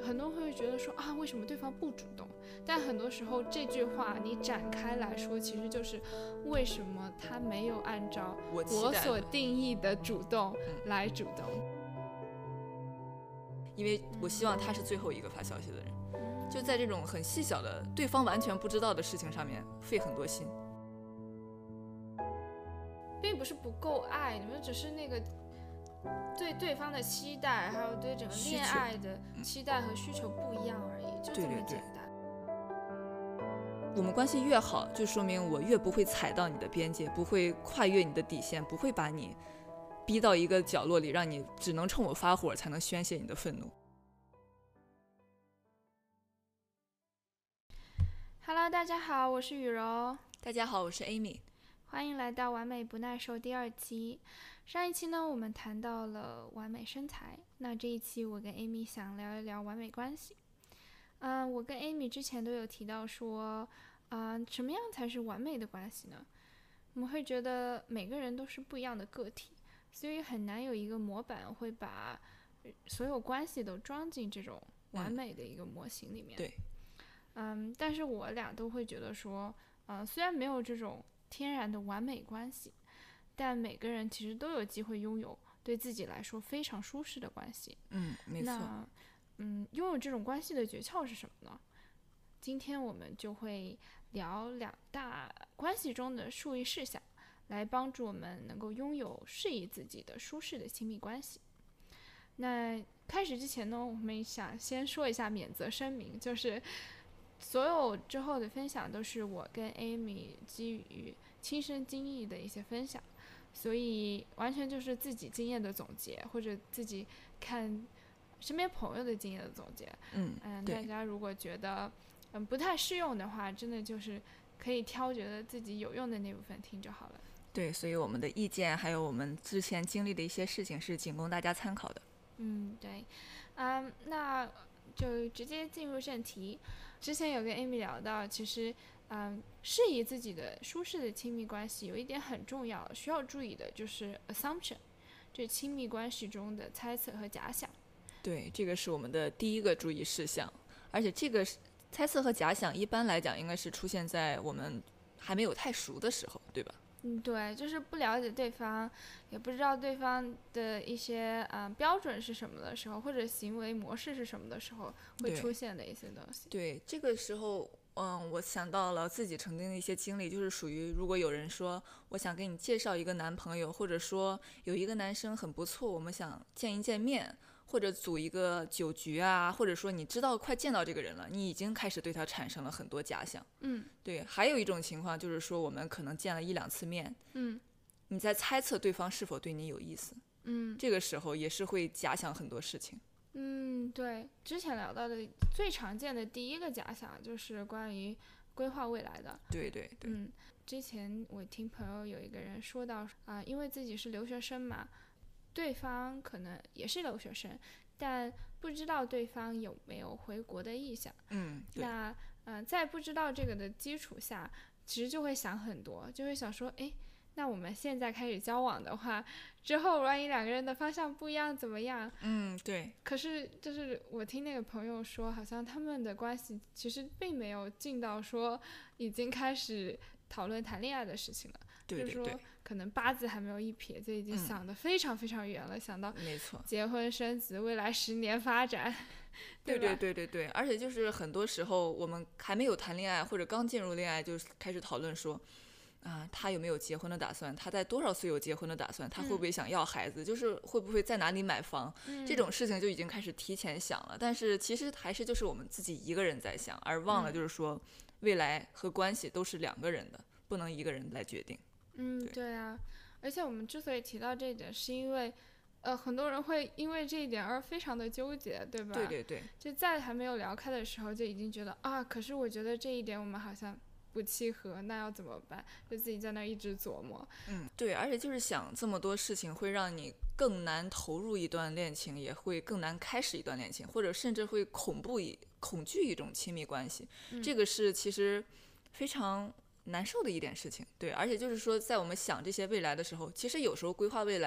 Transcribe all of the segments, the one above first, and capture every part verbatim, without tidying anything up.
很多人会觉得说啊，为什么对方不主动？但很多时候这句话你展开来说，其实就是为什么他没有按照我所定义的主动来主动。 因为我希望他是最后一个发消息的人，就在这种很细小的对方完全不知道的事情上面费很多心。 并不是不够爱，你们只是那个对对方的期待，还有对整个恋爱的期待和需求不一样而已，就这么简单。 对对对，我们关系越好，就说明我越不会踩到你的边界，不会跨越你的底线，不会把你逼到一个角落里，让你只能冲我发火才能宣泄你的愤怒。 Hello， 大家好，我是雨柔。 大家好，我是 Amy。 欢迎来到完美不耐受第二期。上一期呢，我们谈到了完美身材，那这一期我跟 Amy 想聊一聊完美关系。嗯、呃，我跟 Amy 之前都有提到说，啊、呃，什么样才是完美的关系呢？我们会觉得每个人都是不一样的个体，所以很难有一个模板会把所有关系都装进这种完美的一个模型里面。 嗯、对， 嗯，但是我俩都会觉得说，嗯、呃，虽然没有这种天然的完美关系，但每个人其实都有机会拥有对自己来说非常舒适的关系。 嗯，没错。 那，嗯，拥有这种关系的诀窍是什么呢？今天我们就会聊两大关系中的注意事项，来帮助我们能够拥有适宜自己的舒适的亲密关系。那开始之前呢，我们想先说一下免责声明，就是所有之后的分享都是我跟 Amy 基于亲身经历的一些分享，所以完全就是自己经验的总结，或者自己看身边朋友的经验的总结。 嗯， 嗯，大家如果觉得嗯不太适用的话，真的就是可以挑觉得自己有用的那部分听就好了。 对，所以我们的意见还有我们之前经历的一些事情是仅供大家参考的。 嗯，对。嗯，那就直接进入正题。之前有跟 Amy 聊到，其实嗯，适宜自己的舒适的亲密关系有一点很重要需要注意的，就是 assumption， 这亲密关系中的猜测和假想。 对，这个是我们的第一个注意事项，而且这个猜测和假想一般来讲应该是出现在我们还没有太熟的时候，对吧？ 嗯，对，就是不了解对方，也不知道对方的一些嗯、呃、标准是什么的时候，或者行为模式是什么的时候会出现的一些东西。 对，对，这个时候嗯，我想到了自己曾经的一些经历，就是属于如果有人说我想给你介绍一个男朋友，或者说有一个男生很不错，我们想见一见面，或者组一个酒局啊，或者说你知道快见到这个人了，你已经开始对他产生了很多假想。 嗯， 对。还有一种情况就是说我们可能见了一两次面， 嗯， 你在猜测对方是否对你有意思。 嗯， 这个时候也是会假想很多事情。 嗯，对，之前聊到的最常见的第一个假想就是关于规划未来的。 对对对。 嗯，之前我听朋友有一个人说到啊、呃，因为自己是留学生嘛，对方可能也是留学生，但不知道对方有没有回国的意向。 嗯，对。 那呃，在不知道这个的基础下，其实就会想很多，就会想说，哎，那我们现在开始交往的话，之后万一两个人的方向不一样怎么样？ 嗯，对。 可是就是我听那个朋友说，好像他们的关系其实并没有进到说已经开始讨论谈恋爱的事情了。 对对对。 就是说可能八字还没有一撇，就已经想得非常非常远了，嗯、想到没错， 结婚生子，未来十年发展。 对对对对对，而且就是很多时候我们还没有谈恋爱或者刚进入恋爱，就开始讨论说啊，他有没有结婚的打算，他在多少岁有结婚的打算，他会不会想要孩子、嗯、就是会不会在哪里买房、嗯、这种事情就已经开始提前想了。但是其实还是就是我们自己一个人在想，而忘了就是说未来和关系都是两个人的，不能一个人来决定。 嗯， 对, 对啊，而且我们之所以提到这一点是因为呃，很多人会因为这一点而非常的纠结，对吧？ 对对对， 就在还没有聊开的时候就已经觉得啊，可是我觉得这一点我们好像不契合，那要怎么办？就自己在那一直琢磨。 嗯，对，而且就是想这么多事情会让你更难投入一段恋情，也会更难开始一段恋情，或者甚至会恐怖一恐惧一种亲密关系、嗯、这个是其实非常难受的一点事情。对，而且就是说在我们想这些未来的时候，其实有时候规划未来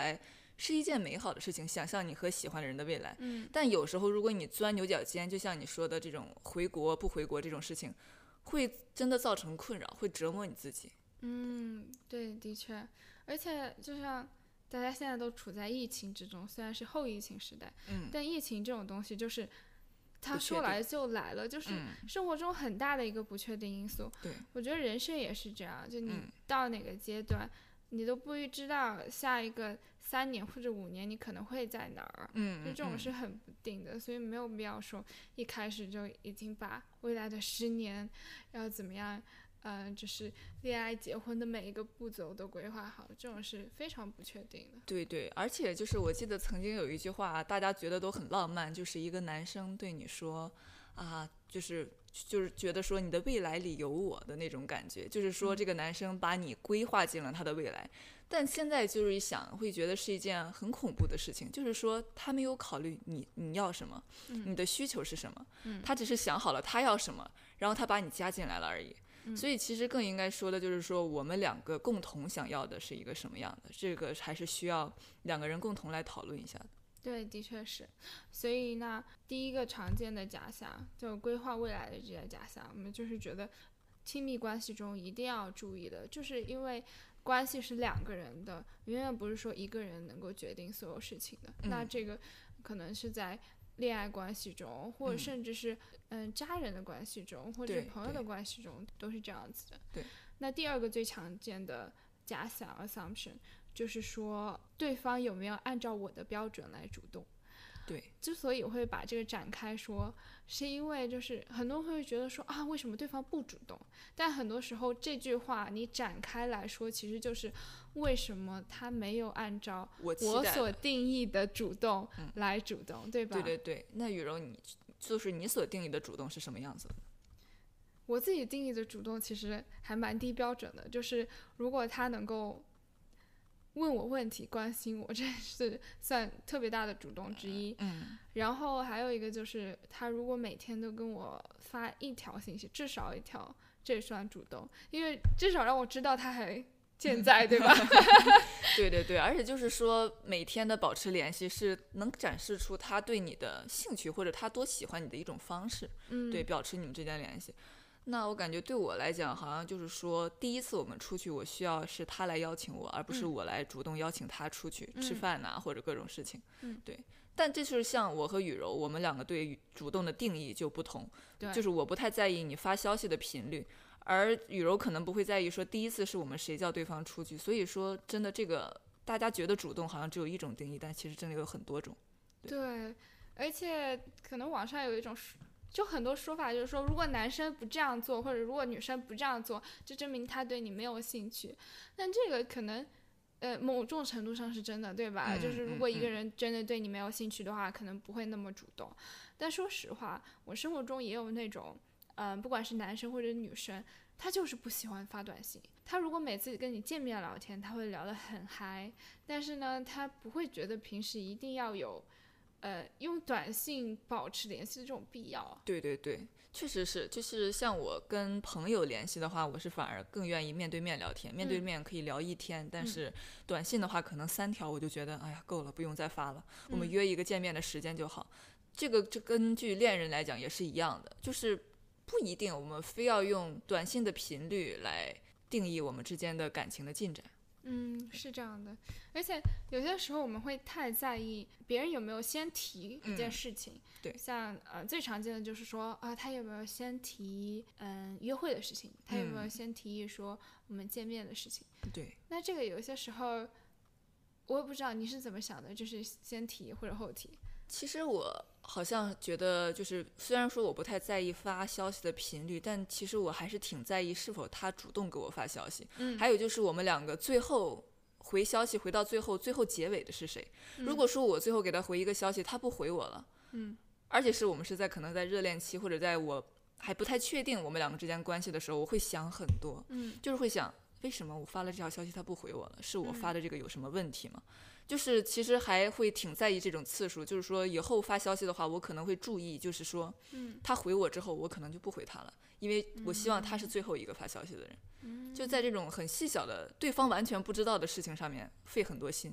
是一件美好的事情，想象你和喜欢的人的未来。 嗯， 但有时候如果你钻牛角尖，就像你说的这种回国不回国这种事情，会真的造成困扰，会折磨你自己。 嗯，对，的确，而且就像大家现在都处在疫情之中，虽然是后疫情时代， 嗯， 但疫情这种东西就是它不确定说来就来了，就是嗯， 生活中很大的一个不确定因素。 对， 我觉得人生也是这样，就你嗯到哪个阶段，你都不知道下一个三年或者五年你可能会在哪儿， 嗯， 就这种嗯是很不定的，所以没有必要说一开始就已经把未来的十年要怎么样。嗯、呃，就是恋爱、结婚的每一个步骤都规划好，这种是非常不确定的。 对对，而且就是我记得曾经有一句话，大家觉得都很浪漫，就是一个男生对你说，啊，就是就是觉得说你的未来里有我的那种感觉，就是说这个男生把你规划进了他的未来。但现在就是一想，会觉得是一件很恐怖的事情，就是说他没有考虑你你要什么， 嗯、 你的需求是什么， 嗯、 他只是想好了他要什么，然后他把你加进来了而已。所以其实更应该说的就是说，我们两个共同想要的是一个什么样的，这个还是需要两个人共同来讨论一下的。 对，的确是。所以呢，第一个常见的假想，就规划未来的这些假想，我们就是觉得亲密关系中一定要注意的，就是因为关系是两个人的，永远不是说一个人能够决定所有事情的。 嗯、 那这个可能是在恋爱关系中，或者甚至是嗯、呃、家人的关系中，或者是朋友的关系中，都是这样子的。 对。 那第二个最常见的假想 assumption 就是说对方有没有按照我的标准来主动。 对。 之所以我会把这个展开说，是因为就是很多人会觉得说啊，为什么对方不主动？但很多时候这句话你展开来说，其实就是为什么他没有按照我所定义的主动来主动， 嗯、 对吧？ 对对对。那雨柔，你就是你所定义的主动是什么样子的？ 我自己定义的主动其实还蛮低标准的，就是如果他能够问我问题、关心我，这是算特别大的主动之一。 嗯。 然后还有一个就是他如果每天都跟我发一条信息，至少一条，这也算主动，因为至少让我知道他还健在，对吧？ 对对对，而且就是说每天的保持联系是能展示出他对你的兴趣或者他多喜欢你的一种方式。 嗯， 对，保持你们之间联系。那我感觉对我来讲，好像就是说第一次我们出去，我需要是他来邀请我，而不是我来主动邀请他出去、嗯、吃饭呐、啊，或者各种事情。 嗯， 对。但这就是像我和雨柔，我们两个对主动的定义就不同。 对， 就是我不太在意你发消息的频率，而雨柔可能不会在意说第一次是我们谁叫对方出去。所以说真的这个大家觉得主动好像只有一种定义，但其实真的有很多种。对， 对，而且可能网上有一种就很多说法，就是说如果男生不这样做，或者如果女生不这样做，就证明他对你没有兴趣。但这个可能呃某种程度上是真的，对吧？ 嗯、 就是如果一个嗯、 人真的对你没有兴趣的话，可能不会那么主动。但说实话，我生活中也有那种嗯、呃，不管是男生或者女生，他就是不喜欢发短信。他如果每次跟你见面聊天，他会聊得很嗨，但是呢，他不会觉得平时一定要有呃，用短信保持联系的这种必要。 对对对，确实是，就是像我跟朋友联系的话，我是反而更愿意面对面聊天，面对面可以聊一天，嗯、但是短信的话可能三条我就觉得哎呀够了，不用再发了，我们约一个见面的时间就好。嗯、这个这根据恋人来讲也是一样的，就是不一定我们非要用短信的频率来定义我们之间的感情的进展。 嗯，是这样的，而且有些时候我们会太在意别人有没有先提一件事情。 嗯、对， 像呃最常见的就是说啊，他有没有先提嗯、呃、约会的事情，他有没有先提议说我们见面的事情。 对， 那这个有些时候我也不知道你是怎么想的，就是先提或者后提。 其实我好像觉得，就是虽然说我不太在意发消息的频率，但其实我还是挺在意是否他主动给我发消息。 嗯， 还有就是我们两个最后回消息回到最后，最后结尾的是谁？ 嗯、 如果说我最后给他回一个消息，他不回我了， 嗯， 而且是我们是在可能在热恋期，或者在我还不太确定我们两个之间关系的时候，我会想很多， 嗯， 就是会想为什么我发了这条消息他不回我了？是我发的这个有什么问题吗？嗯，就是其实还会挺在意这种次数，就是说以后发消息的话，我可能会注意，就是说， 嗯， 他回我之后，我可能就不回他了，因为我希望他是最后一个发消息的人。 嗯， 就在这种很细小的、对方完全不知道的事情上面费很多心。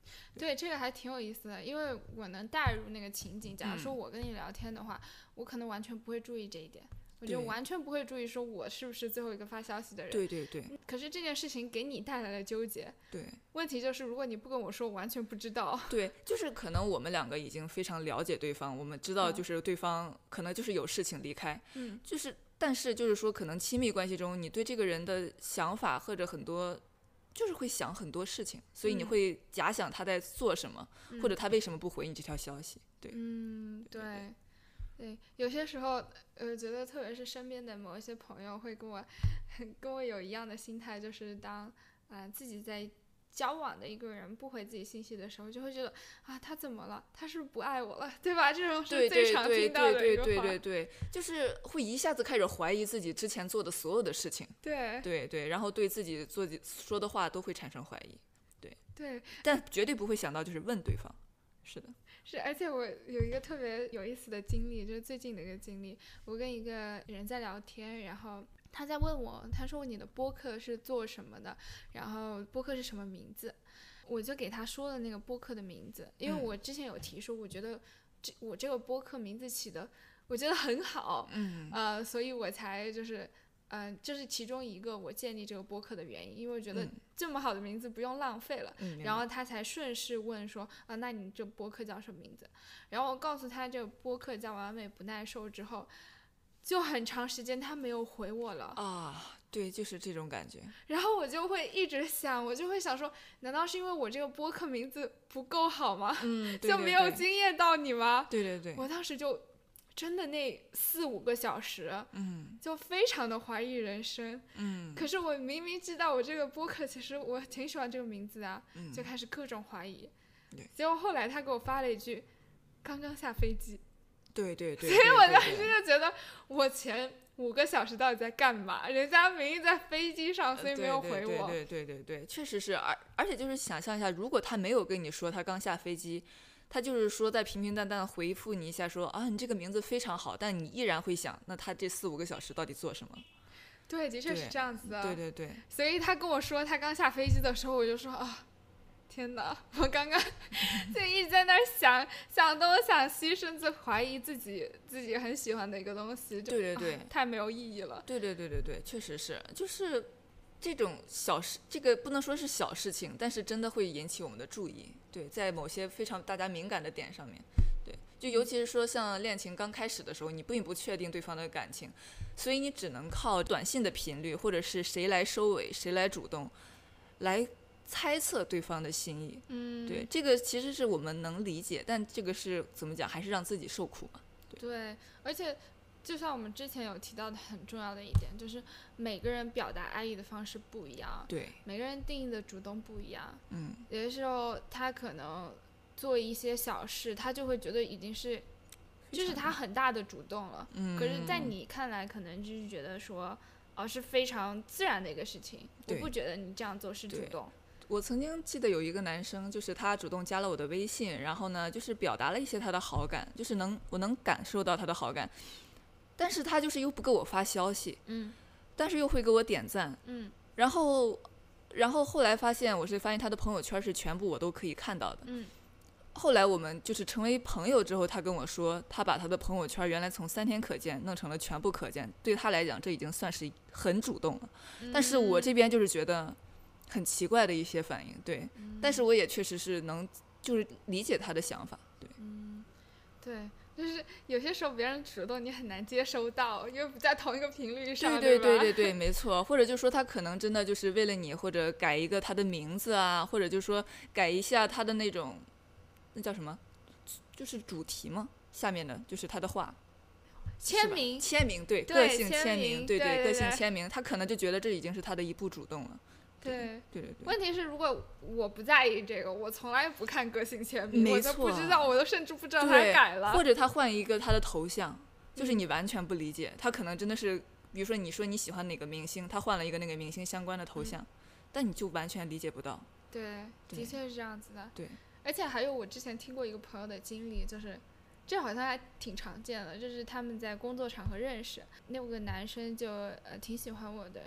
对，这个还挺有意思的，因为我能带入那个情景。假如说我跟你聊天的话，嗯、我可能完全不会注意这一点，我就完全不会注意说我是不是最后一个发消息的人。 对对对。 可是这件事情给你带来了纠结。 对。 问题就是如果你不跟我说，我完全不知道。 对，就是可能我们两个已经非常了解对方，我们知道就是对方可能就是有事情离开。 嗯。 就是，但是就是说，可能亲密关系中，你对这个人的想法或者很多。就是会想很多事情，所以你会假想他在做什么， 嗯、 或者他为什么不回你这条消息。对， 嗯，对，对，有些时候，我觉得特别是身边的某一些朋友会跟我，跟我有一样的心态，就是当呃自己在交往的一个人不回自己信息的时候，就会觉得啊，他怎么了？他是不是不爱我了？对吧？这种是最常听到的一个话。 对对对对对对，就是会一下子开始怀疑自己之前做的所有的事情。 对对对，然后对自己做说的话都会产生怀疑。对对， 但绝对不会想到就是问对方。是的。 是，而且我有一个特别有意思的经历，就是最近的一个经历。我跟一个人在聊天，然后他在问我，他说你的播客是做什么的，然后播客是什么名字，我就给他说了那个播客的名字，因为我之前有提说我觉得这我这个播客名字起的我觉得很好， 嗯呃，所以我才就是嗯、呃，这是其中一个我建立这个播客的原因，因为我觉得这么好的名字不用浪费了， 嗯、 然后他才顺势问说啊，那你这播客叫什么名字？然后我告诉他这个播客叫完美不耐受之后，就很长时间他没有回我了啊。对，就是这种感觉。 然后我就会一直想，我就会想说，难道是因为我这个播客名字不够好吗？ 嗯，对对对， 就没有惊艳到你吗？ 对对对， 我当时就真的那四五个小时， 嗯， 就非常的怀疑人生， 嗯。 可是我明明知道我这个播客其实我挺喜欢这个名字啊， 嗯、 就开始各种怀疑。 对。 结果后来他给我发了一句，刚刚下飞机。 对对 对, 对, 对, 对, 对。 所以我当时就觉得，我前五个小时到底在干嘛？人家明明在飞机上，所以没有回我。 对对对对对，确实是，而而且就是想象一下，如果他没有跟你说他刚下飞机，他就是说在平平淡淡回复你一下说啊你这个名字非常好，但你依然会想，那他这四五个小时到底做什么？ 对，的确是这样子的。 对对对。 所以他跟我说他刚下飞机的时候，我就说啊。天哪！我刚刚就一直在那儿想想东想西，甚至怀疑自己自己很喜欢的一个东西，就对对对、 啊，太没有意义了。 对对对对对，确实是，就是这种小事，这个不能说是小事情，但是真的会引起我们的注意。对，在某些非常大家敏感的点上面，对，就尤其是说像恋情刚开始的时候，你并不确定对方的感情，所以你只能靠短信的频率，或者是谁来收尾，谁来主动，来猜测对方的心意。 嗯， 对，这个其实是我们能理解，但这个是怎么讲，还是让自己受苦嘛。对， 对，而且就像我们之前有提到的很重要的一点，就是每个人表达爱意的方式不一样， 对， 每个人定义的主动不一样。 嗯， 有的时候他可能做一些小事，他就会觉得已经是就是他很大的主动了， 嗯， 可是在你看来可能就是觉得说哦是非常自然的一个事情，我不觉得你这样做是主动。 我曾经记得有一个男生，就是他主动加了我的微信，然后呢就是表达了一些他的好感，就是能我能感受到他的好感，但是他就是又不给我发消息， 嗯， 但是又会给我点赞， 嗯， 然后然后后来发现我是发现他的朋友圈是全部我都可以看到的， 嗯， 后来我们就是成为朋友之后，他跟我说他把他的朋友圈原来从三天可见弄成了全部可见，对他来讲这已经算是很主动了， 嗯， 但是我这边就是觉得很奇怪的一些反应，对， 嗯， 但是我也确实是能就是理解他的想法，对， 嗯，对，就是有些时候别人主动你很难接收到，因为不在同一个频率上， 对对对对对对，没错，或者就说他可能真的就是为了你，或者改一个他的名字啊，或者就说改一下他的那种那叫什么，就是主题嘛，下面的就是他的话。 签名， 签名，对， 对个性签名，对对， 个性签名，他可能就觉得这已经是他的一步主动了。 对对对对。 问题是，如果我不在意这个，我从来不看个性签名， 没错， 我都不知道，我都甚至不知道他改了。 或者他换一个他的头像，就是你完全不理解，嗯、他可能真的是，比如说你说你喜欢哪个明星，他换了一个那个明星相关的头像，嗯、但你就完全理解不到。 对，的确是这样子的。 对。 而且还有我之前听过一个朋友的经历，就是这好像还挺常见的，就是他们在工作场合认识，那个男生就呃挺喜欢我的，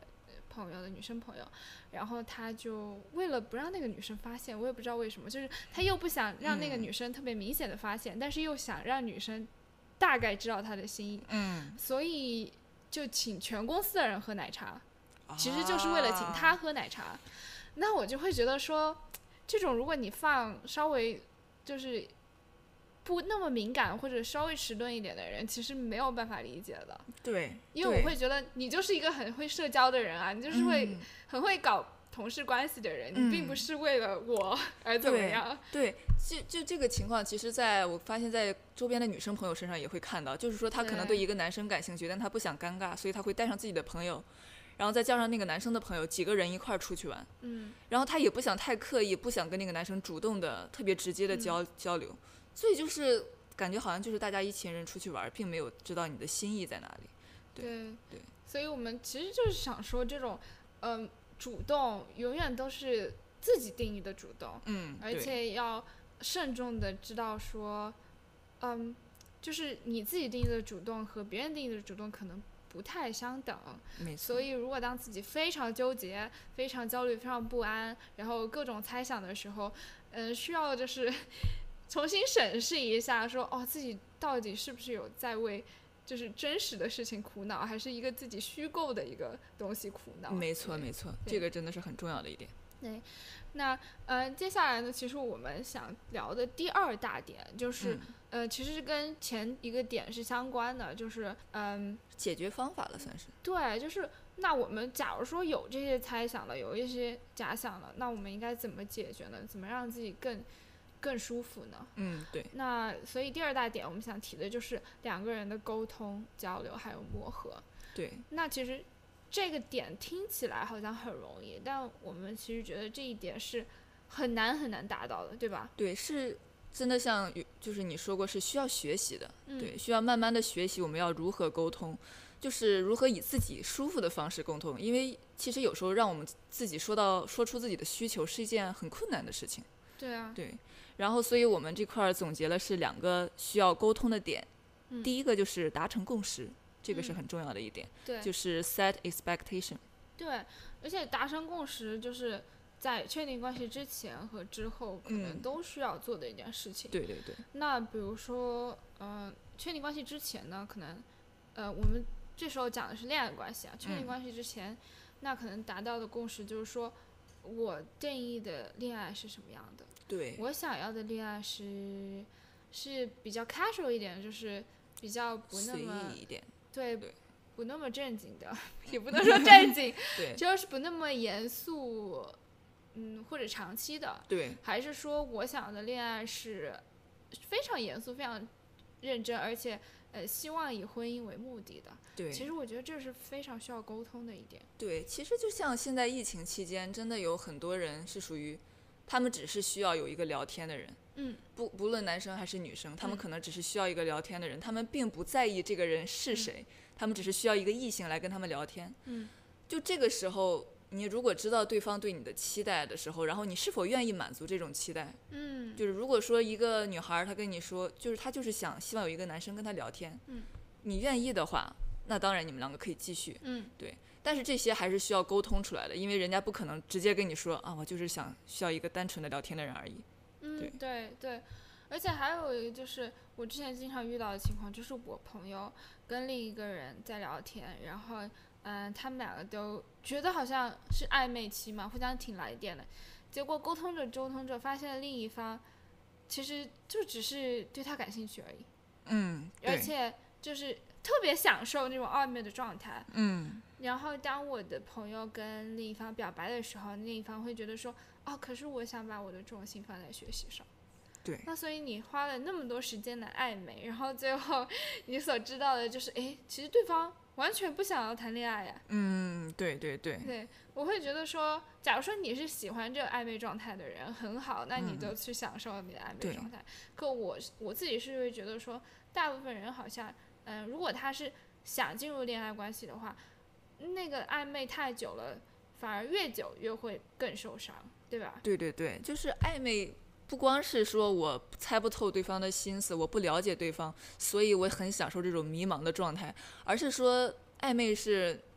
朋友的女生朋友，然后他就为了不让那个女生发现，我也不知道为什么，就是他又不想让那个女生特别明显的发现，嗯、但是又想让女生大概知道他的心意， 嗯， 所以就请全公司的人喝奶茶，其实就是为了请他喝奶茶。啊、那我就会觉得说，这种如果你放稍微就是不那么敏感或者稍微迟钝一点的人，其实没有办法理解的。 对， 因为我会觉得你就是一个很会社交的人啊，你就是会、嗯、很会搞同事关系的人， 嗯、 你并不是为了我而怎么样。 对，对就就这个情况，其实在我发现在周边的女生朋友身上也会看到，就是说她可能对一个男生感兴趣，但她不想尴尬，所以她会带上自己的朋友，然后再叫上那个男生的朋友，几个人一块儿出去玩。 嗯， 然后她也不想太刻意，不想跟那个男生主动的特别直接的交、嗯、交流，所以就是感觉好像就是大家一群人出去玩，并没有知道你的心意在哪里。对对, 对， 所以我们其实就是想说，这种嗯、呃、主动永远都是自己定义的主动， 嗯， 而且要慎重的知道说，嗯，就是你自己定义的主动和别人定义的主动可能不太相等， 没错。 所以如果当自己非常纠结、非常焦虑、非常不安，然后各种猜想的时候，嗯、呃，需要就是重新审视一下说，哦，自己到底是不是有在为就是真实的事情苦恼，还是一个自己虚构的一个东西苦恼。 没错没错，这个真的是很重要的一点。 对，那呃接下来呢，其实我们想聊的第二大点就是、嗯、呃其实是跟前一个点是相关的，就是嗯、呃、 解决方法了算是。 对，就是那我们假如说有这些猜想了，有一些假想了，那我们应该怎么解决呢？怎么让自己更更舒服呢？ 嗯，对。 那所以第二大点我们想提的就是两个人的沟通交流还有磨合。 对。 那其实这个点听起来好像很容易，但我们其实觉得这一点是很难很难达到的，对吧？ 对，是真的像就是你说过是需要学习的、 嗯、 对，需要慢慢的学习我们要如何沟通，就是如何以自己舒服的方式沟通，因为其实有时候让我们自己说到说出自己的需求是一件很困难的事情。 对啊。 对，然后所以我们这块总结了是两个需要沟通的点、 嗯、 第一个就是达成共识，这个是很重要的一点、 嗯、对， 就是 set expectation。 对，而且达成共识就是在确定关系之前和之后可能都需要做的一件事情、 嗯、对对对。 那比如说呃，确定关系之前呢，可能呃我们这时候讲的是恋爱关系啊，确定关系之前、嗯、那可能达到的共识就是说我定义的恋爱是什么样的。 对， 我想要的恋爱是是比较 casual 一点，就是比较不那么随意一点。 对， 对， 不那么正经的，也不能说正经， 对， 就是不那么严肃，嗯，或者长期的。 对， 还是说我想要的恋爱是非常严肃、非常认真，而且呃希望以婚姻为目的的。 对， 其实我觉得这是非常需要沟通的一点。 对，其实就像现在疫情期间，真的有很多人是属于他们只是需要有一个聊天的人， 嗯， 不不论男生还是女生，他们可能只是需要一个聊天的人，嗯、他们并不在意这个人是谁、嗯，他们只是需要一个异性来跟他们聊天。 嗯， 就这个时候，你如果知道对方对你的期待的时候，然后你是否愿意满足这种期待？ 嗯， 就是如果说一个女孩她跟你说，就是她就是想希望有一个男生跟她聊天， 嗯， 你愿意的话，那当然你们两个可以继续， 嗯， 对。但是这些还是需要沟通出来的，因为人家不可能直接跟你说啊，我就是想需要一个单纯的聊天的人而已。 嗯， 对对对，而且还有一个就是我之前经常遇到的情况，就是我朋友跟另一个人在聊天，然后嗯、呃，他们两个都觉得好像是暧昧期嘛，互相挺来电的，结果沟通着沟通着，发现另一方其实就只是对他感兴趣而已。 嗯， 而且就是特别享受那种暧昧的状态。 嗯， 然后当我的朋友跟另一方表白的时候，另一方会觉得说，哦，可是我想把我的重心放在学习上。 对。 那所以你花了那么多时间来暧昧，然后最后你所知道的就是，哎，其实对方完全不想要谈恋爱呀。 嗯，对对对。 对，我会觉得说，假如说你是喜欢这个暧昧状态的人，很好，那你就去享受你的暧昧状态。嗯、可我我自己是会觉得说，大部分人好像，嗯、呃，如果他是想进入恋爱关系的话，那个暧昧太久了，反而越久越会更受伤，对吧？ 对对对，就是暧昧不光是说我猜不透对方的心思，我不了解对方，所以我很享受这种迷茫的状态，而是说暧昧是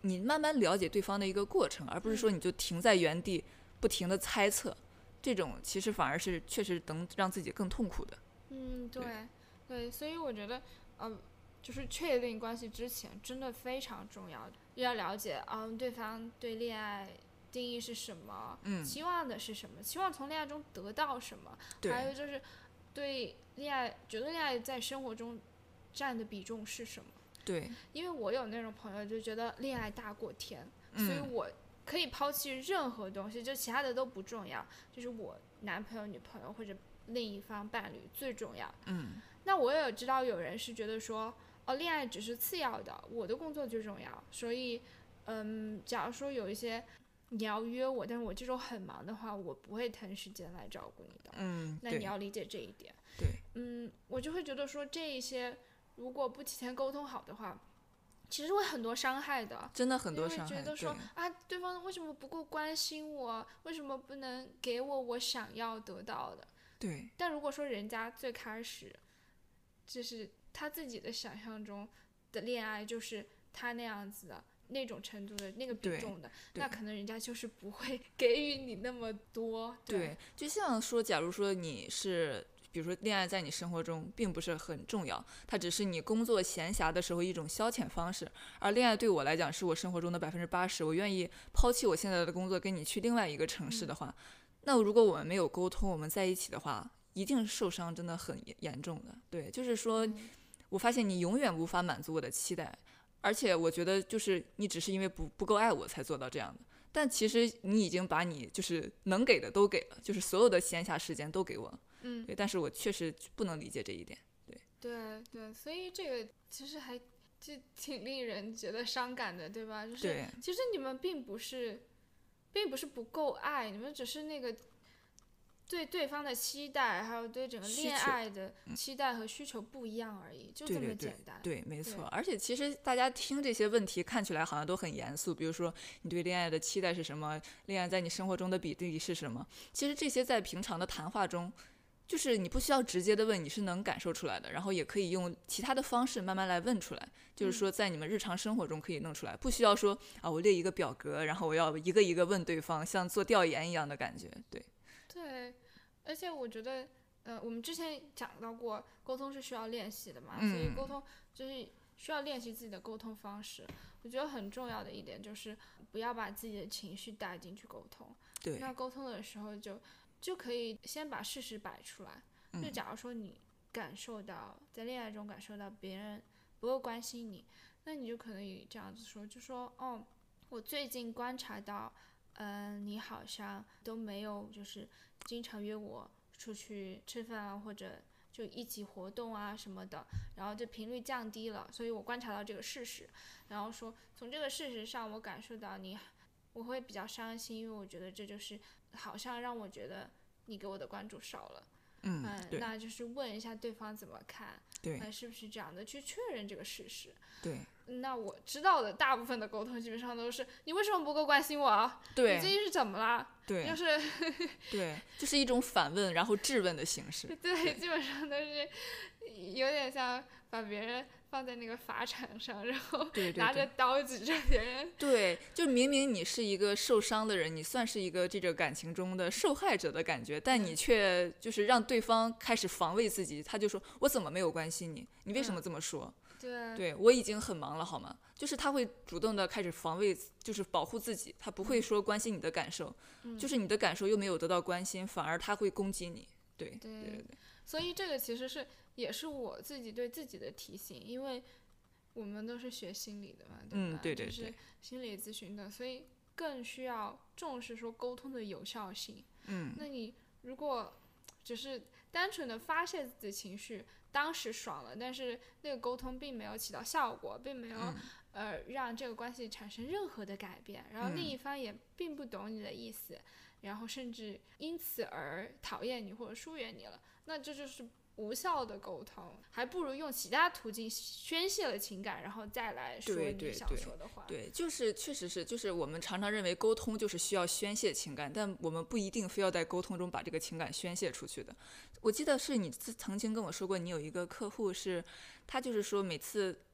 你慢慢了解对方的一个过程，而不是说你就停在原地不停的猜测，这种其实反而是确实能让自己更痛苦的。 嗯，对对，所以我觉得呃就是确定关系之前真的非常重要，要了解嗯对方对恋爱定义是什么， 嗯， 期望的是什么，期望从恋爱中得到什么，还有就是对恋爱觉得恋爱在生活中占的比重是什么。 对， 因为我有那种朋友就觉得恋爱大过天， 嗯、 所以我可以抛弃任何东西，就其他的都不重要，就是我男朋友女朋友或者另一方伴侣最重要。 嗯， 那我也知道有人是觉得说哦恋爱只是次要的，我的工作最重要，所以嗯假如说有一些你要约我，但是我这周很忙的话，我不会腾时间来照顾你的。 嗯， 那你要理解这一点。 对， 嗯，我就会觉得说这一些如果不提前沟通好的话，其实会很多伤害的， 真的很多伤害。 觉得说啊，对方为什么不够关心我？为什么不能给我我想要得到的？ 对。 但如果说人家最开始就是他自己的想象中的恋爱就是他那样子的那种程度的那个比重的，那可能人家就是不会给予你那么多。对， 对，就像说，假如说你是。比如说恋爱在你生活中并不是很重要，它只是你工作闲暇的时候一种消遣方式，而恋爱对我来讲是我生活中的百分之八十，我愿意抛弃我现在的工作跟你去另外一个城市的话、嗯、那如果我们没有沟通，我们在一起的话一定受伤真的很严重的。对，就是说、嗯、我发现你永远无法满足我的期待，而且我觉得就是你只是因为不不够爱我才做到这样的，但其实你已经把你就是能给的都给了，就是所有的闲暇时间都给我了。 嗯， 对，但是我确实不能理解这一点。对， 对对，所以这个其实还就挺令人觉得伤感的，对吧？就是其实你们并不是，并不是不够爱，你们只是那个对对方的期待，还有对整个恋爱的期待和需求不一样而已，就这么简单。 对对对，对，没错。而且其实大家听这些问题看起来好像都很严肃，比如说你对恋爱的期待是什么，恋爱在你生活中的比例是什么，其实这些在平常的谈话中就是你不需要直接的问，你是能感受出来的，然后也可以用其他的方式慢慢来问出来，就是说在你们日常生活中可以弄出来，不需要说啊我列一个表格，然后我要一个一个问对方，像做调研一样的感觉。对对，而且我觉得呃我们之前讲到过沟通是需要练习的嘛、 嗯、 所以沟通就是需要练习自己的沟通方式。我觉得很重要的一点就是不要把自己的情绪带进去沟通。 对， 那沟通的时候就就可以先把事实摆出来，就假如说你感受到在恋爱中感受到别人不够关心你，那你就可以这样子说，就说哦，我最近观察到，嗯、呃，你好像都没有就是经常约我出去吃饭啊，或者就一起活动啊什么的，然后这频率降低了，所以我观察到这个事实，然后说从这个事实上我感受到你。我会比较伤心，因为我觉得这就是好像让我觉得你给我的关注少了。 嗯， 嗯，那就是问一下对方怎么看， 对， 呃，是不是这样的，去确认这个事实。 对， 那我知道的大部分的沟通基本上都是你为什么不够关心我？ 对， 你最近是怎么了？ 对， 就是对，就是一种反问然后质问的形式。 对，基本上都是有点像把别人放在那个法场上，然后拿着刀指着别人。 对， 对， 对，就明明你是一个受伤的人，你算是一个这个感情中的受害者的感觉，但你却就是让对方开始防卫自己，他就说我怎么没有关心你，你为什么这么说？ 嗯、对， 对，我已经很忙了好吗？就是他会主动的开始防卫，就是保护自己，他不会说关心你的感受、 嗯、 就是你的感受又没有得到关心，反而他会攻击你。对对对对对， 所以这个其实是也是我自己对自己的提醒，因为我们都是学心理的嘛，对吧？ 嗯，对对对， 就是心理咨询的，所以更需要重视说沟通的有效性。 嗯， 那你如果只是单纯的发泄自己的情绪，当时爽了，但是那个沟通并没有起到效果，并没有、 嗯、 呃让这个关系产生任何的改变，然后另一方也并不懂你的意思、嗯、然后甚至因此而讨厌你或者疏远你了，那这就是无效的沟通，还不如用其他途径宣泄了情感，然后再来说你想说的话。 对， 对， 对，就是确实是，就是我们常常认为沟通就是需要宣泄情感，但我们不一定非要在沟通中把这个情感宣泄出去的。我记得是你曾经跟我说过，你有一个客户是，他就是说每次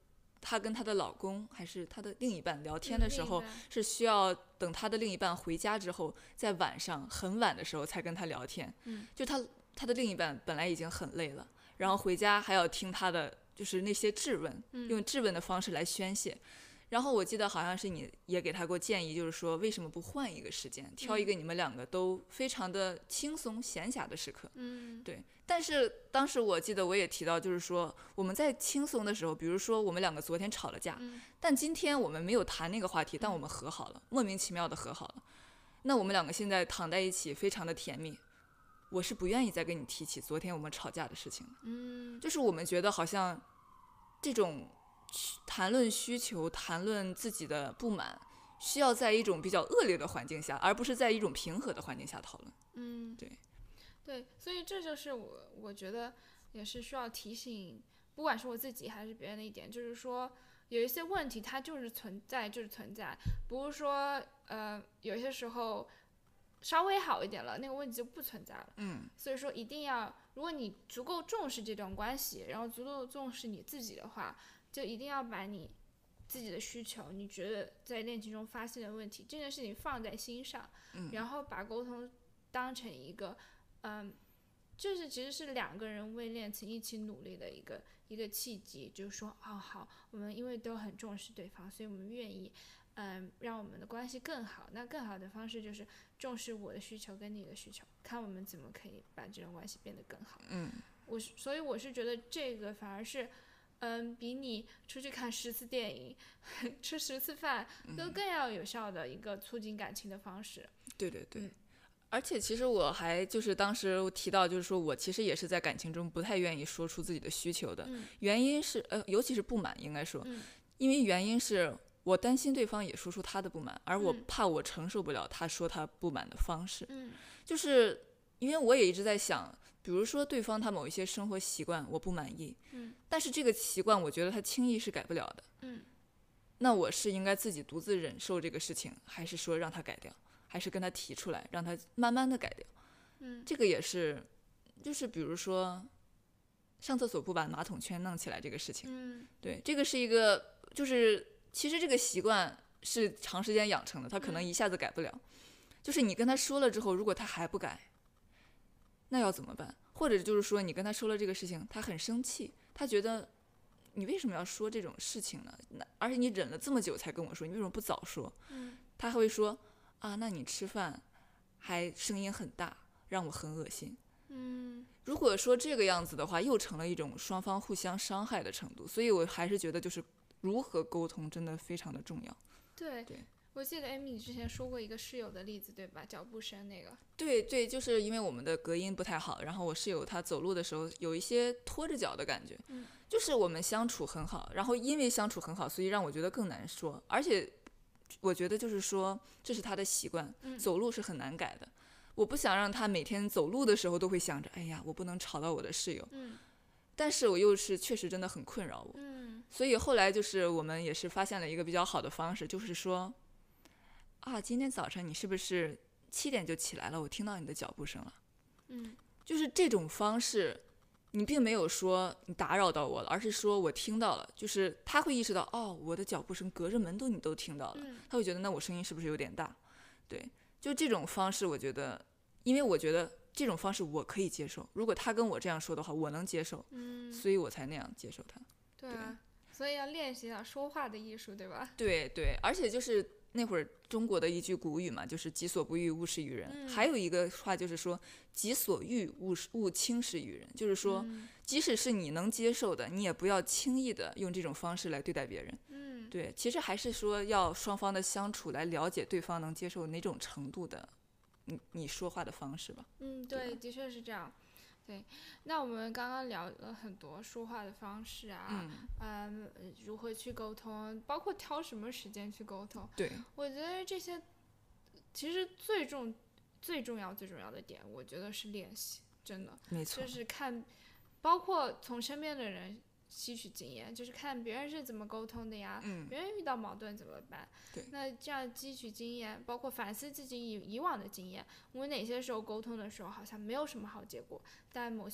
她跟她的老公还是她的另一半聊天的时候， 嗯另一半是需要等她的另一半回家之后，在晚上很晚的时候才跟她聊天。 嗯， 就她她的另一半本来已经很累了，然后回家还要听她的就是那些质问， 嗯用质问的方式来宣泄。然后我记得好像是你也给他过建议，就是说为什么不换一个时间，挑一个你们两个都非常的轻松闲暇的时刻。 嗯， 对。但是当时我记得我也提到，就是说我们在轻松的时候，比如说我们两个昨天吵了架， 嗯但今天我们没有谈那个话题，但我们和好了，莫名其妙的和好了。那我们两个现在躺在一起，非常的甜蜜。我是不愿意再跟你提起昨天我们吵架的事情了。 嗯， 就是我们觉得好像这种谈论需求、谈论自己的不满，需要在一种比较恶劣的环境下，而不是在一种平和的环境下讨论。 嗯， 对， 对，所以这就是我我觉得也是需要提醒，不管是我自己还是别人的一点，就是说有一些问题它就是存在，就是存在，不是说呃有些时候稍微好一点了，那个问题就不存在了。 嗯， 所以说一定要，如果你足够重视这段关系，然后足够重视你自己的话，就一定要把你自己的需求，你觉得在恋情中发现的问题这件事情放在心上， 嗯， 然后把沟通当成一个，嗯，就是其实是两个人为恋情一起努力的一个一个契机，就是说，哦好，我们因为都很重视对方，所以我们愿意，嗯，让我们的关系更好。那更好的方式就是重视我的需求跟你的需求，看我们怎么可以把这段关系变得更好。 嗯， 我是所以我是觉得这个反而是。嗯，比你出去看十次电影、吃十次饭都更要有效的一个促进感情的方式。 对对对。 嗯而且其实我还就是当时提到，就是说我其实也是在感情中不太愿意说出自己的需求的， 嗯原因是呃，尤其是不满，应该说， 嗯因为原因是我担心对方也说出他的不满，而我嗯怕我承受不了他说他不满的方式， 嗯就是因为我也一直在想，比如说对方他某一些生活习惯我不满意， 嗯但是这个习惯我觉得他轻易是改不了的， 嗯那我是应该自己独自忍受这个事情，还是说让他改掉，还是跟他提出来让他慢慢的改掉？ 嗯这个也是，就是比如说上厕所不把马桶圈弄起来这个事情， 嗯对，这个是一个，就是其实这个习惯是长时间养成的，他可能一下子改不了。就是你跟他说了之后，如果他还不改，那要怎么办？或者就是说你跟他说了这个事情，他很生气，他觉得你为什么要说这种事情呢？那而且你忍了这么久才跟我说，你为什么不早说？ 嗯他还会说啊，那你吃饭还声音很大，让我很恶心。 嗯如果说这个样子的话，又成了一种双方互相伤害的程度，所以我还是觉得就是如何沟通真的非常的重要。 对对， 我记得 Amy 之前说过一个室友的例子，对吧？脚步声那个。 对对，就是因为我们的隔音不太好，然后我室友他走路的时候有一些拖着脚的感觉， 嗯就是我们相处很好，然后因为相处很好，所以让我觉得更难说，而且我觉得就是说这是他的习惯， 嗯走路是很难改的。我不想让他每天走路的时候都会想着，哎呀，我不能吵到我的室友， 嗯但是我又是确实真的很困扰我， 嗯所以后来就是我们也是发现了一个比较好的方式，就是说，啊，今天早晨你是不是七点就起来了？我听到你的脚步声了。 嗯就是这种方式，你并没有说你打扰到我了，而是说我听到了，就是他会意识到，哦，我的脚步声隔着门都你都听到了， 嗯他会觉得那我声音是不是有点大？对，就这种方式，我觉得，因为我觉得这种方式我可以接受，如果他跟我这样说的话，我能接受， 嗯， 所以我才那样接受他。 对啊，所以要练习下说话的艺术，对吧？ 对对，而且就是那会儿中国的一句古语嘛，就是己所不欲，勿施于人。 嗯还有一个话就是说，己所欲，勿勿轻施于人，就是说， 嗯即使是你能接受的，你也不要轻易的用这种方式来对待别人。 嗯， 对，其实还是说要双方的相处来了解对方能接受哪种程度的，你你说话的方式吧。 嗯， 对对，的确是这样。对，那我们刚刚聊了很多说话的方式啊， 嗯， 嗯，如何去沟通，包括挑什么时间去沟通。 对， 我觉得这些其实最重、最重要、最重要的点，我觉得是练习，真的没错就。是看，包括从身边的人吸取经验，就是看别人是怎么沟通的呀， 嗯， 别人遇到矛盾怎么办？ 对那这样汲取经验，包括反思自己以以往的经验，我哪些时候沟通的时候好像没有什么好结果，但某些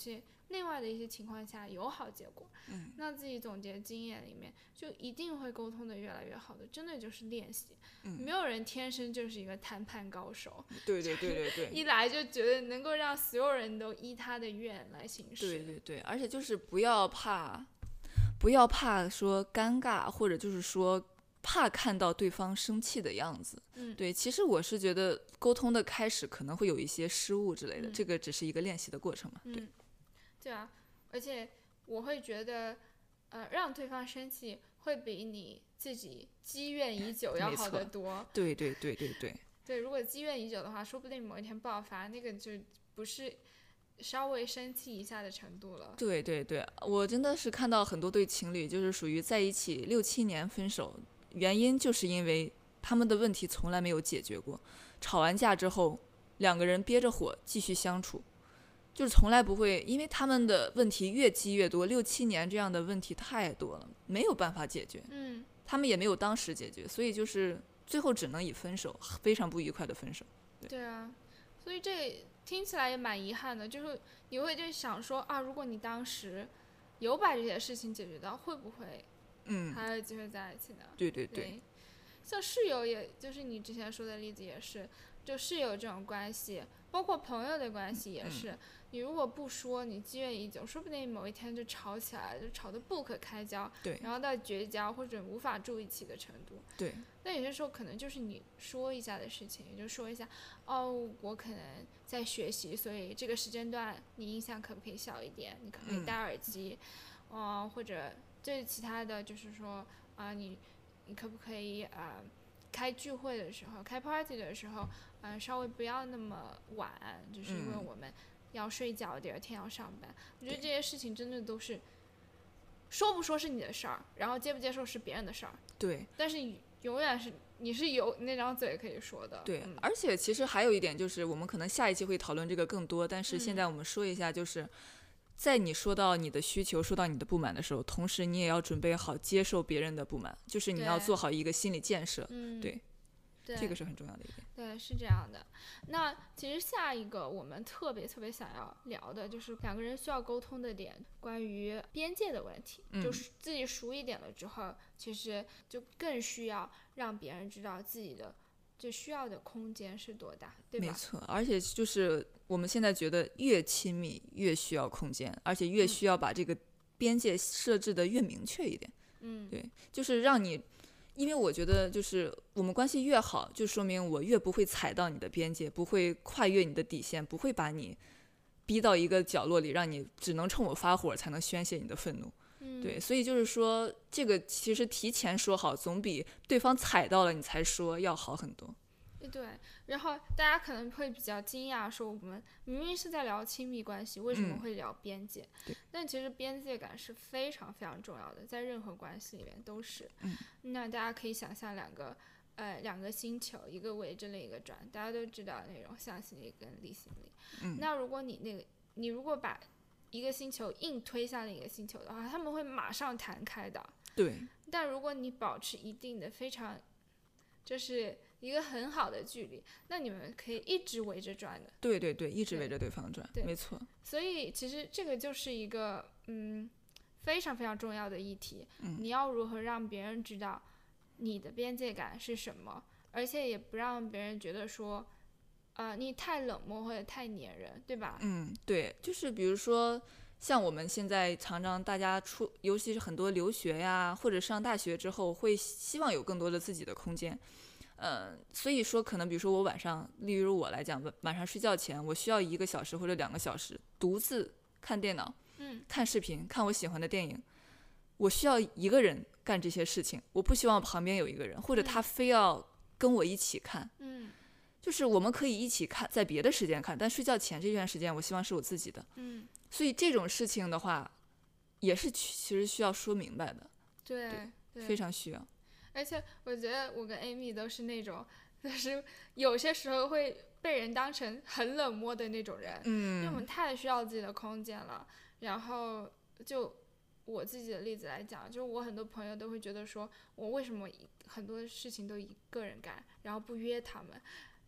另外的一些情况下有好结果， 嗯， 那自己总结经验里面就一定会沟通的越来越好的，真的就是练习。 嗯， 没有人天生就是一个谈判高手， 对对对对对， 一来就觉得能够让所有人都依他的愿来行事。 对对对，而且就是不要怕，不要怕说尴尬，或者就是说怕看到对方生气的样子。 嗯， 对，其实我是觉得沟通的开始可能会有一些失误之类的， 嗯、 这个只是一个练习的过程嘛。对， 嗯，对啊，而且我会觉得，呃，让对方生气会比你自己积怨已久要好得多。 对对对对对。 对，如果积怨已久的话，说不定某一天爆发，那个就不是稍微生气一下的程度了。 对对对，我真的是看到很多对情侣就是属于在一起六七年分手，原因就是因为他们的问题从来没有解决过，吵完架之后两个人憋着火继续相处，就是从来不会，因为他们的问题越积越多，六七年这样的问题太多了，没有办法解决。 嗯， 他们也没有当时解决，所以就是最后只能以分手，非常不愉快的分手。对， 对啊，所以这听起来也蛮遗憾的，就是你会就想说啊，如果你当时有把这些事情解决到，会不会嗯， 还有机会在一起呢？ 对对对， 对，像室友，也就是你之前说的例子也是，就室友这种关系，包括朋友的关系也是， 嗯、 你如果不说，你积怨已久，说不定某一天就吵起来了，就吵得不可开交， 对， 然后到绝交或者无法住一起的程度。 对， 但有些时候可能就是你说一下的事情，也就说一下，哦，我可能在学习，所以这个时间段你音响可不可以小一点？你可不可以戴耳机？嗯、呃，或者这其他的就是说啊、呃，你你可不可以啊、呃，开聚会的时候，开 party 的时候，嗯、呃，稍微不要那么晚，就是因为我们要睡觉，第二天要上班。我觉得这些事情真的都是说不说是你的事儿，然后接不接受是别人的事儿。 对， 但是永远是你是有那张嘴可以说的。 对、 嗯， 而且其实还有一点就是，我们可能下一期会讨论这个更多，但是现在我们说一下，就是在你说到你的需求、说到你的不满的时候，同时你也要准备好接受别人的不满，就是你要做好一个心理建设。 嗯， 对， 对， 这个是很重要的一点。 对，是这样的。那其实下一个我们特别特别想要聊的就是两个人需要沟通的点，关于边界的问题。 嗯、 就是自己熟一点了之后，其实就更需要让别人知道自己的就需要的空间是多大，对吧？ 没错，而且就是我们现在觉得越亲密越需要空间，而且越需要把这个边界设置的越明确一点。 嗯， 对，就是让你。因为我觉得，就是我们关系越好，就说明我越不会踩到你的边界，不会跨越你的底线，不会把你逼到一个角落里，让你只能冲我发火才能宣泄你的愤怒。 嗯， 对，所以就是说，这个其实提前说好，总比对方踩到了你才说要好很多。 对，然后大家可能会比较惊讶，说我们明明是在聊亲密关系，为什么会聊边界？ 嗯、 但其实边界感是非常非常重要的，在任何关系里面都是。 嗯、 那大家可以想象两个，呃，两个星球，一个围着另一个转，大家都知道那种向心力跟离心力。 嗯、 那如果你那个，你如果把一个星球硬推向另一个星球的话，他们会马上弹开的。 对。 但如果你保持一定的非常，就是一个很好的距离，那你们可以一直围着转的。 对对对，一直围着对方转， 对， 没错。 所以其实这个就是一个嗯非常非常重要的议题。 嗯， 你要如何让别人知道你的边界感是什么，而且也不让别人觉得说，呃，你太冷漠或者太黏人，对吧？ 嗯，对，就是比如说。像我们现在常常大家出，尤其是很多留学呀，或者上大学之后，会希望有更多的自己的空间。呃，所以说可能比如说我晚上，例如我来讲，晚上睡觉前，我需要一个小时或者两个小时独自看电脑， 嗯， 看视频，看我喜欢的电影。我需要一个人干这些事情，我不希望旁边有一个人，或者他非要跟我一起看。 嗯， 就是我们可以一起看，在别的时间看，但睡觉前这段时间，我希望是我自己的。 嗯。 所以这种事情的话，也是其实需要说明白的。 对， 对对， 非常需要。 而且我觉得我跟 Amy 都是那种，就是有些时候会被人当成很冷漠的那种人。 嗯， 因为我们太需要自己的空间了。然后就我自己的例子来讲，就是我很多朋友都会觉得说，我为什么很多事情都一个人干，然后不约他们。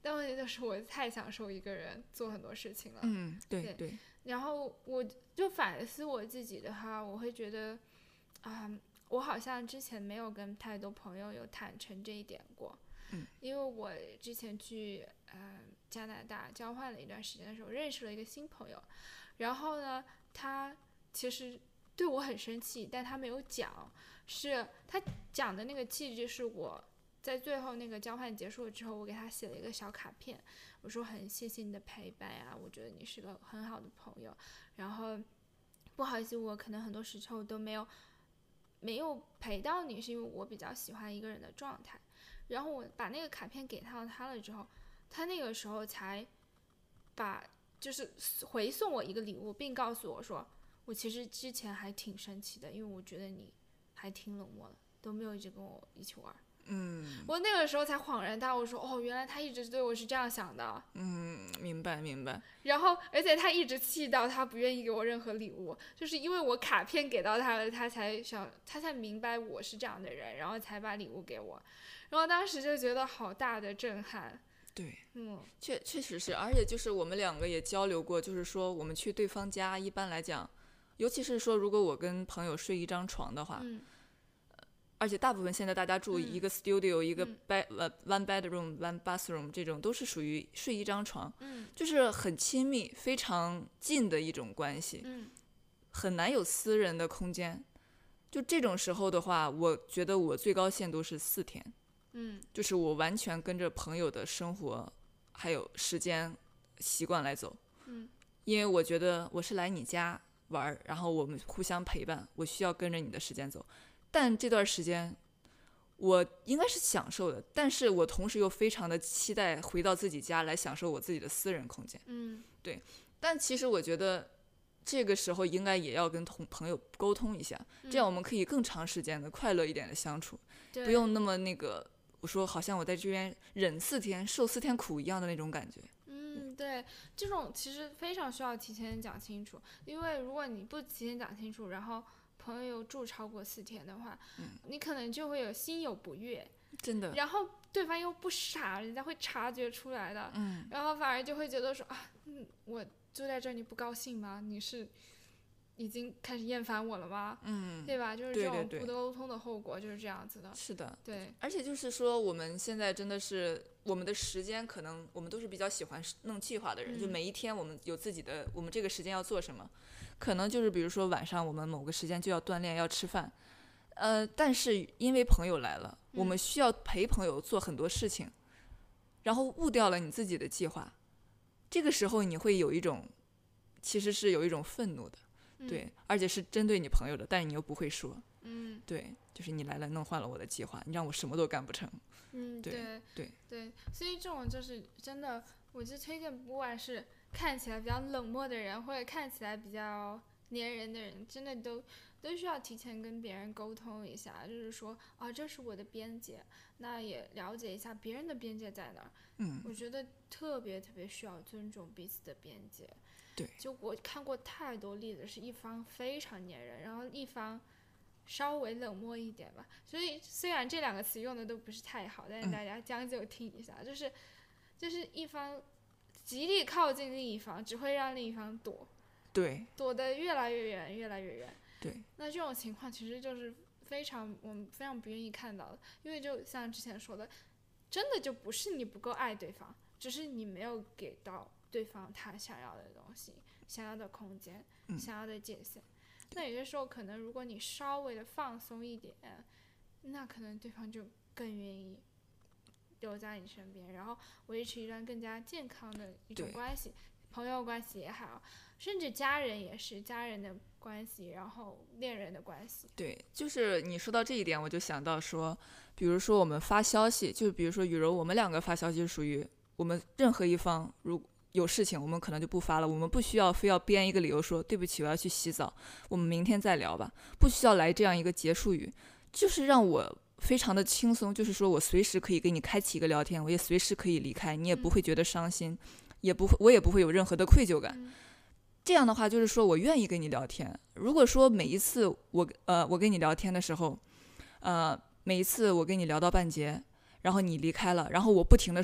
但问题就是我太享受一个人做很多事情了。 嗯，对对对， 然后我就反思我自己的话，我会觉得啊、我好像之前没有跟太多朋友有坦诚这一点过。 嗯， 因为我之前去呃加拿大交换了一段时间的时候，认识了一个新朋友，然后呢，他其实对我很生气，但他没有讲，是他讲的那个契机是我在最后那个交换结束了之后，我给他写了一个小卡片，我说很谢谢你的陪伴啊，我觉得你是个很好的朋友，然后不好意思，我可能很多时候都没有没有陪到你，是因为我比较喜欢一个人的状态。然后我把那个卡片给到他了之后，他那个时候才把就是回送我一个礼物，并告诉我说，我其实之前还挺生气的，因为我觉得你还挺冷漠的，都没有一直跟我一起玩。 嗯， 我那个时候才恍然大悟说，哦，原来他一直对我是这样想的。 嗯，明白明白。 然后，而且他一直气到他不愿意给我任何礼物，就是因为我卡片给到他了，他才想，他才明白我是这样的人，然后才把礼物给我。然后当时就觉得好大的震撼。 对， 嗯， 确确实是，而且就是我们两个也交流过，就是说我们去对方家，一般来讲，尤其是说如果我跟朋友睡一张床的话， 嗯， 而且大部分现在大家住一个 studio、 嗯、 一个 bed、呃 one bedroom one bathroom 这种都是属于睡一张床， 嗯， 就是很亲密、非常近的一种关系， 嗯， 很难有私人的空间。就这种时候的话，我觉得我最高限度是四天。 嗯， 就是我完全跟着朋友的生活还有时间习惯来走。 嗯， 因为我觉得我是来你家玩，然后我们互相陪伴，我需要跟着你的时间走。但这段时间我应该是享受的，但是我同时又非常的期待回到自己家来享受我自己的私人空间。 嗯， 对。但其实我觉得这个时候应该也要跟同朋友沟通一下，这样我们可以更长时间的快乐一点的相处， 对， 不用那么那个我说好像我在这边忍四天受四天苦一样的那种感觉。 嗯，对，这种其实非常需要提前讲清楚，因为如果你不提前讲清楚，然后朋友住超过四天的话， 嗯， 你可能就会有心有不悦， 真的。 然后对方又不傻，人家会察觉出来的， 嗯， 然后反而就会觉得说啊，嗯，我住在这儿你不高兴吗？你是已经开始厌烦我了吗？ 嗯， 对吧？就是这种对对对不沟通的后果就是这样子的。 是的， 对， 而且就是说我们现在真的是我们的时间可能我们都是比较喜欢弄计划的人， 嗯， 就每一天我们有自己的我们这个时间要做什么，可能就是比如说晚上我们某个时间就要锻炼要吃饭，呃，但是因为朋友来了， 嗯， 我们需要陪朋友做很多事情，然后误掉了你自己的计划，这个时候你会有一种其实是有一种愤怒的。对，而且是针对你朋友的，但是你又不会说。 嗯， 对，就是你来了弄坏了我的计划，你让我什么都干不成。 嗯， 对对对对，所以这种就是真的，我就推荐，不管是看起来比较冷漠的人，或者看起来比较粘人的人，真的都都需要提前跟别人沟通一下，就是说啊，这是我的边界，那也了解一下别人的边界在哪儿。 嗯， 我觉得特别特别需要尊重彼此的边界。 对， 就我看过太多例子，是一方非常粘人，然后一方稍微冷漠一点吧。所以虽然这两个词用的都不是太好，但是大家将就听一下，嗯、就是就是一方极力靠近另一方，只会让另一方躲， 对， 躲得越来越远，越来越远。 对， 那这种情况其实就是非常我们非常不愿意看到的，因为就像之前说的，真的就不是你不够爱对方，只是你没有给到对方他想要的东西，想要的空间， 嗯、 想要的界限。那有些时候可能如果你稍微的放松一点，那可能对方就更愿意留在你身边，然后维持一段更加健康的一种关系，朋友关系也好，甚至家人也是家人的关系，然后恋人的关系。 对，就是你说到这一点，我就想到说，比如说我们发消息，就比如说雨柔，我们两个发消息就属于我们任何一方如有事情，我们可能就不发了，我们不需要非要编一个理由说对不起我要去洗澡，我们明天再聊吧，不需要来这样一个结束语，就是让我非常的轻松，就是说我随时可以跟你开启一个聊天，我也随时可以离开，你也不会觉得伤心，嗯、也不会我也不会有任何的愧疚感。 嗯、 这样的话就是说我愿意跟你聊天。如果说每一次我呃我跟你聊天的时候，呃每一次我跟你聊到半截，然后你离开了，然后我不停的说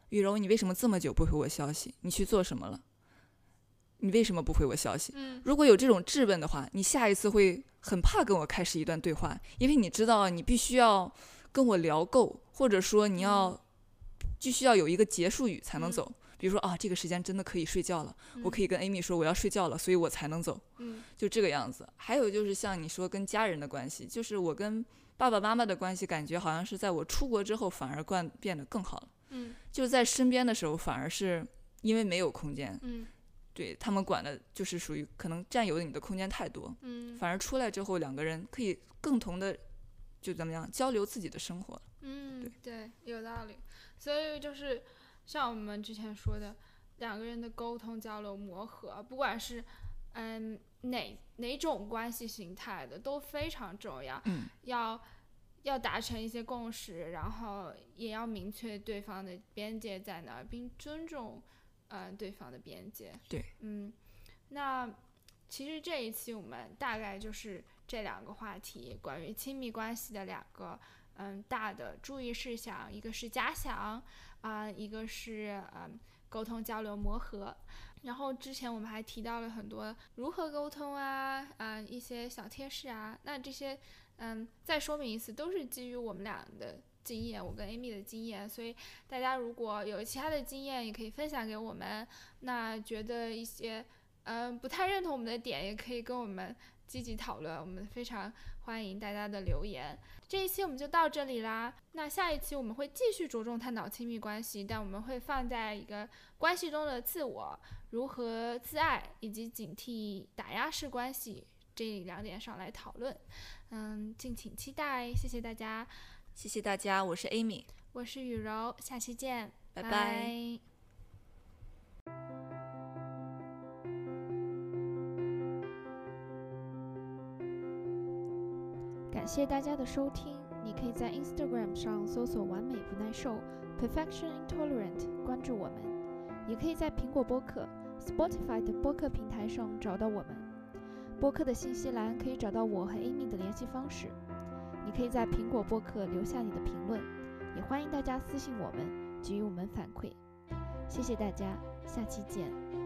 雨柔，你为什么这么久不回我消息？你去做什么了？你为什么不回我消息？ 嗯， 如果有这种质问的话，你下一次会很怕跟我开始一段对话，因为你知道你必须要跟我聊够，或者说你要必须要有一个结束语才能走。 嗯、 比如说啊，这个时间真的可以睡觉了， 嗯、 我可以跟 Amy 说我要睡觉了，所以我才能走。 嗯， 就这个样子。还有就是像你说跟家人的关系，就是我跟爸爸妈妈的关系，感觉好像是在我出国之后反而变变得更好了。 嗯， 就在身边的时候，反而是因为没有空间。 嗯。 对，他们管的就是属于可能占有你的空间太多， 嗯， 反而出来之后两个人可以共同的就怎么样交流自己的生活。 嗯， 对对，有道理。所以就是像我们之前说的，两个人的沟通交流磨合，不管是嗯哪哪种关系形态的都非常重要。 嗯， 要要达成一些共识，然后也要明确对方的边界在哪儿，并尊重嗯、呃，对方的边界。 对， 嗯，那其实这一期我们大概就是这两个话题，关于亲密关系的两个嗯大的注意事项，一个是假想啊、呃，一个是嗯沟通交流磨合。然后之前我们还提到了很多如何沟通啊，啊、呃、一些小贴士啊，那这些嗯再说明一次，都是基于我们俩的经验，我跟 Amy 的经验，所以大家如果有其他的经验也可以分享给我们，那觉得一些嗯、呃、不太认同我们的点也可以跟我们积极讨论，我们非常欢迎大家的留言。这一期我们就到这里啦，那下一期我们会继续着重探讨亲密关系，但我们会放在一个关系中的自我如何自爱以及警惕打压式关系这两点上来讨论。嗯，敬请期待，谢谢大家。 谢谢大家，我是 Amy， 我是雨柔，下期见， 拜拜。 拜。感谢大家的收听，你可以在 Instagram 上搜索完美不耐受 Perfection Intolerant 关注我们，也可以在苹果播客 Spotify 的播客平台上找到我们。播客的信息栏可以找到我和 Amy 的联系方式，你可以在苹果播客留下你的评论，也欢迎大家私信我们，给予我们反馈。谢谢大家，下期见。